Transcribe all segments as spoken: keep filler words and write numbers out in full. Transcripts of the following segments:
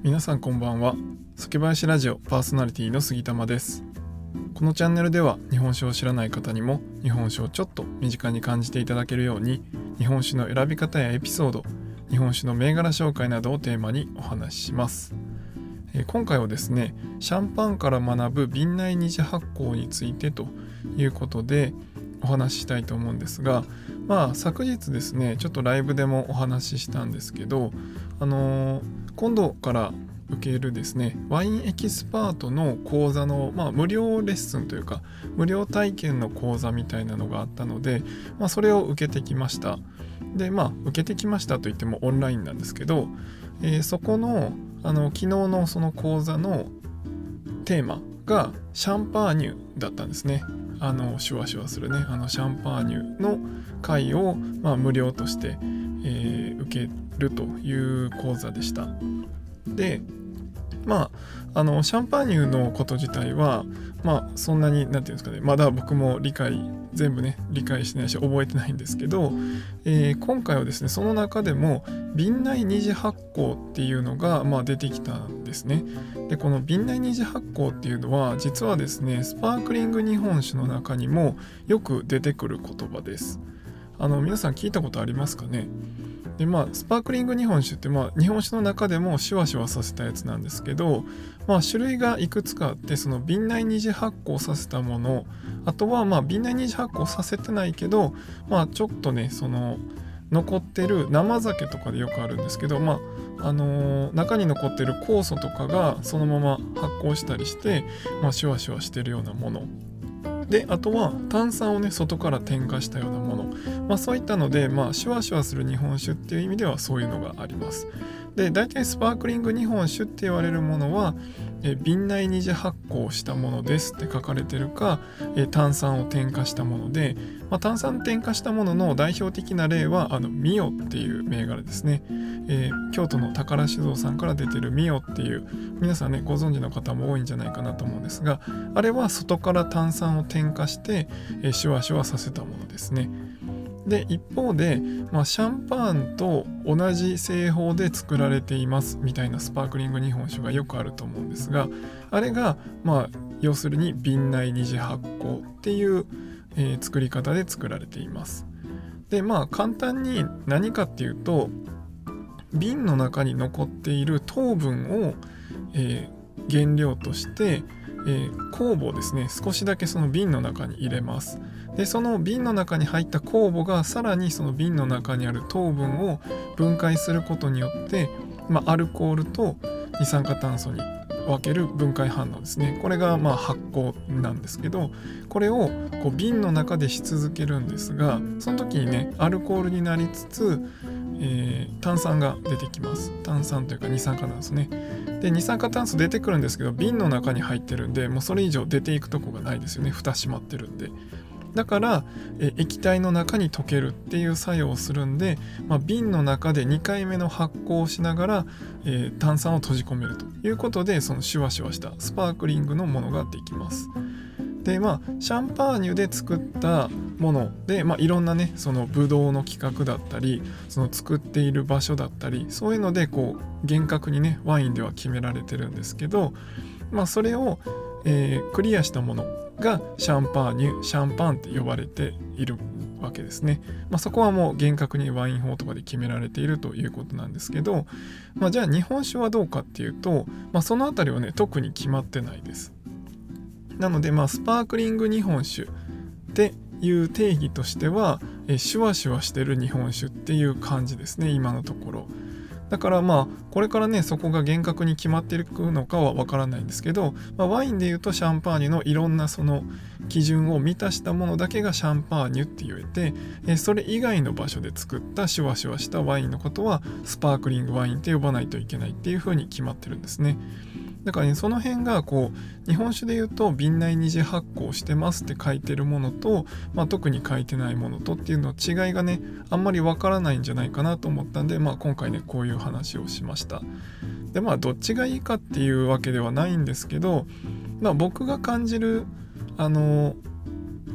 皆さんこんばんは。酒林ラジオパーソナリティの杉玉です。このチャンネルでは日本酒を知らない方にも日本酒をちょっと身近に感じていただけるように、日本酒の選び方やエピソード、日本酒の銘柄紹介などをテーマにお話しします。えー、今回はですね、シャンパンから学ぶ瓶内二次発酵についてということでお話ししたいと思うんですが、まあ昨日ですね、ちょっとライブでもお話ししたんですけど、あのー、今度から受けるですね、ワインエキスパートの講座の、まあ、無料レッスンというか無料体験の講座みたいなのがあったので、まあ、それを受けてきました。でまあ受けてきましたといってもオンラインなんですけど、えー、そこのあの昨日のその講座のテーマがシャンパーニュだったんですね。あのシュワシュワするねあのシャンパーニュの会を、まあ、無料として、えー、受けるという講座でした。でまああのシャンパーニュのこと自体はまあそんなになんていうんですかね、まだ僕も理解全部ね理解してないし覚えてないんですけど、えー、今回はですねその中でも瓶内二次発酵っていうのが、まあ、出てきたんですね。でこの瓶内二次発酵っていうのは実はですねスパークリング日本酒の中にもよく出てくる言葉です。あの皆さん聞いたことありますかね。でまあ、スパークリング日本酒って、まあ、日本酒の中でもシュワシュワさせたやつなんですけど、まあ、種類がいくつかあって、その瓶内二次発酵させたもの、あとはまあ瓶内二次発酵させてないけど、まあ、ちょっとねその残ってる生酒とかでよくあるんですけど、まああのー、中に残ってる酵素とかがそのまま発酵したりして、まあ、シュワシュワしてるようなもので、あとは炭酸をね外から添加したようなもの、まあ、そういったので、まあ、シュワシュワする日本酒っていう意味ではそういうのがあります。で大体スパークリング日本酒って言われるものはえ瓶内二次発酵したものですって書かれてるか、え炭酸を添加したもので、まあ、炭酸添加したものの代表的な例はあのミオっていう銘柄ですね。えー、京都の宝酒造さんから出てるミオっていう皆さんねご存知の方も多いんじゃないかなと思うんですが、あれは外から炭酸を添加して、えー、シュワシュワさせたものですね。で一方で、まあ、シャンパーンと同じ製法で作られていますみたいなスパークリング日本酒がよくあると思うんですが、あれがまあ要するに瓶内二次発酵っていう、えー、作り方で作られています。でまあ簡単に何かっていうと、瓶の中に残っている糖分を、えー、原料として、えー、酵母をですね少しだけその瓶の中に入れます。でその瓶の中に入った酵母がさらにその瓶の中にある糖分を分解することによって、まあ、アルコールと二酸化炭素に分ける分解反応ですね。これがまあ発酵なんですけど、これをこう瓶の中でし続けるんですが、その時にねアルコールになりつつ、えー、炭酸が出てきます。炭酸というか二酸化炭素ね。で二酸化炭素出てくるんですけど、瓶の中に入ってるんでもうそれ以上出ていくとこがないですよね。蓋閉まってるんで。だからえ液体の中に溶けるっていう作用をするんで、まあ、瓶の中でにかいめの発酵をしながら、えー、炭酸を閉じ込めるということで、そのシュワシュワしたスパークリングのものができます。でまあシャンパーニュで作ったもので、まあ、いろんなねそのブドウの規格だったり、その作っている場所だったり、そういうのでこう厳格にねワインでは決められてるんですけど、まあそれを、えー、クリアしたものがシャンパーニュシャンパンって呼ばれているわけですね。まあ、そこはもう厳格にワイン法とかで決められているということなんですけど、まあ、じゃあ日本酒はどうかっていうと、まあ、そのあたりはね特に決まってないです。なのでまあスパークリング日本酒っていう定義としてはえシュワシュワしてる日本酒っていう感じですね、今のところ。だからまあこれからねそこが厳格に決まっていくのかはわからないんですけど、まあ、ワインでいうとシャンパーニュのいろんなその基準を満たしたものだけがシャンパーニュって言えて、えそれ以外の場所で作ったシュワシュワしたワインのことはスパークリングワインって呼ばないといけないっていう風に決まってるんですね。だからねその辺がこう日本酒で言うと瓶内二次発酵してますって書いてるものと、まあ、特に書いてないものとっていうの違いがねあんまりわからないんじゃないかなと思ったんで、まあ、今回ねこういう話をしました。でまあどっちがいいかっていうわけではないんですけど、まあ、僕が感じるあの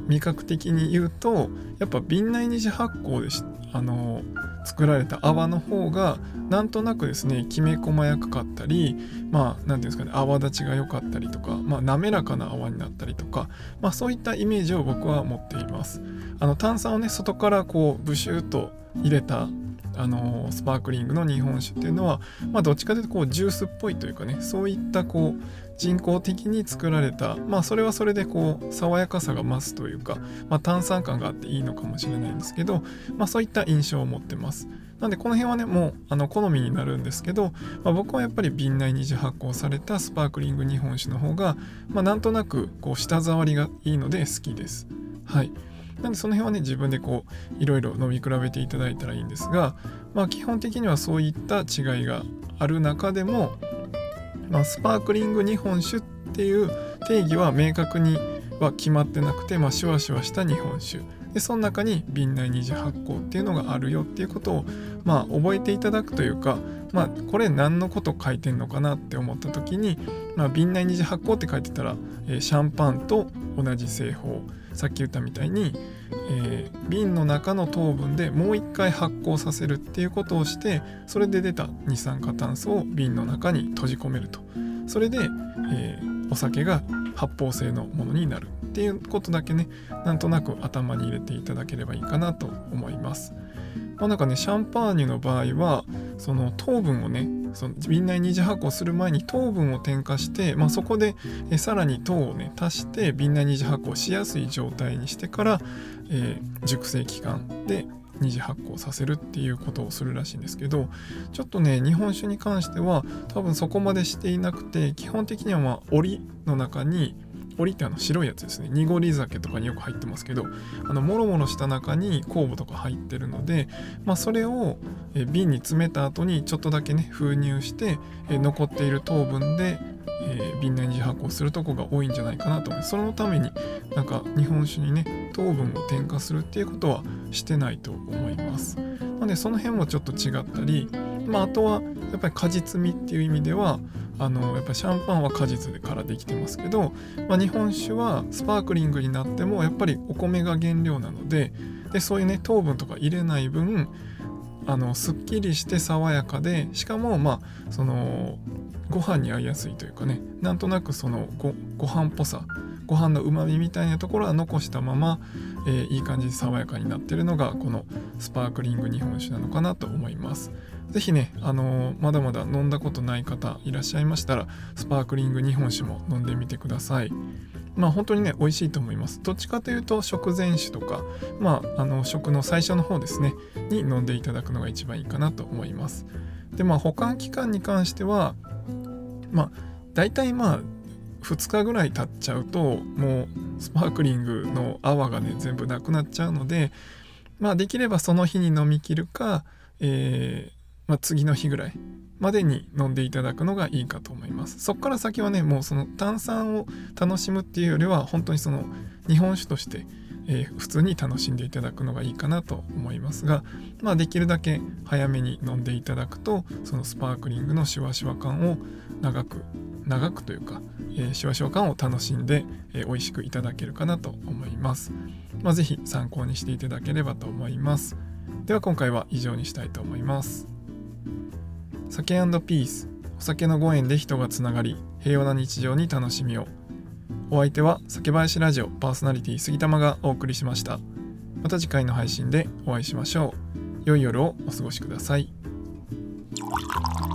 味覚的に言うとやっぱ瓶内二次発酵でしあの作られた泡の方がなんとなくですねきめ細やかかったり、まあ何ていうんですかね、泡立ちが良かったりとか、まあ、滑らかな泡になったりとか、まあ、そういったイメージを僕は持っています。あの炭酸をね外からこうブシューと入れたあのスパークリングの日本酒っていうのは、まあ、どっちかというとこうジュースっぽいというかね、そういったこう人工的に作られた、まあそれはそれでこう爽やかさが増すというか、まあ、炭酸感があっていいのかもしれないんですけど、まあそういった印象を持ってます。なんでこの辺はねもうあの好みになるんですけど、まあ、僕はやっぱり瓶内二次発酵されたスパークリング日本酒の方が、まあ、なんとなくこう舌触りがいいので好きです。はい。なんでその辺はね自分でこういろいろ飲み比べていただいたらいいんですが、まあ基本的にはそういった違いがある中でも、まあ、スパークリング日本酒っていう定義は明確には決まってなくて、まあ、シュワシュワした日本酒で、その中に瓶内二次発酵っていうのがあるよっていうことをまあ覚えていただくというか、まあこれ何のこと書いてんのかなって思った時に、まあ、瓶内二次発酵って書いてたら、えー、シャンパンと同じ製法、さっき言ったみたいに、えー、瓶の中の糖分でもう一回発酵させるっていうことをして、それで出た二酸化炭素を瓶の中に閉じ込めると、それで、えー、お酒が発泡性のものになるっていうことだけねなんとなく頭に入れていただければいいかなと思います。まあ、なんかねシャンパーニュの場合はその糖分をねその瓶内二次発酵する前に糖分を添加して、まあ、そこでえさらに糖をね足して瓶内二次発酵しやすい状態にしてから、えー、熟成期間で二次発酵させるっていうことをするらしいんですけど、ちょっとね日本酒に関しては多分そこまでしていなくて、基本的にはまあ折の中に折ってあの白いやつですね、濁り酒とかによく入ってますけど、あのもろもろした中に酵母とか入ってるので、まあ、それをえ瓶に詰めた後にちょっとだけね封入してえ残っている糖分でえー、瓶内二次発酵するとこが多いんじゃないかなと思います。そのためになんか日本酒にね糖分を添加するっていうことはしてないと思います。なのでその辺もちょっと違ったり、まあ、あとはやっぱり果実味っていう意味ではあのやっぱりシャンパンは果実からできてますけど、まあ、日本酒はスパークリングになってもやっぱりお米が原料なので、でそういうね糖分とか入れない分あのすっきりして爽やかで、しかもまあそのご飯に合いやすいというかね、なんとなくその ご, ご飯っぽさ、ご飯のうまみみたいなところは残したまま、えー、いい感じに爽やかになっているのがこのスパークリング日本酒なのかなと思います。ぜひね、あのー、まだまだ飲んだことない方いらっしゃいましたらスパークリング日本酒も飲んでみてください。まあ本当にね美味しいと思います。どっちかというと食前酒とか、まああの食の最初の方ですねに飲んでいただくのが一番いいかなと思います。でまあ保管期間に関してはまあ大体まあふつかぐらい経っちゃうともうスパークリングの泡がね全部なくなっちゃうので、まあできればその日に飲み切るか、えーまあ、次の日ぐらいまでに飲んでいただくのがいいかと思います。そこから先はねもうその炭酸を楽しむっていうよりは本当にその日本酒として、えー、普通に楽しんでいただくのがいいかなと思いますが、まあできるだけ早めに飲んでいただくとそのスパークリングのシュワシュワ感を長く長くというか、えー、シュワシュワ感を楽しんで、えー、美味しくいただけるかなと思います。まあ、ぜひ参考にしていただければと思います。では今回は以上にしたいと思います。酒&ピース、お酒のご縁で人がつながり平和な日常に楽しみを。お相手は酒林ラジオパーソナリティ杉玉がお送りしました。また次回の配信でお会いしましょう。良い夜をお過ごしください。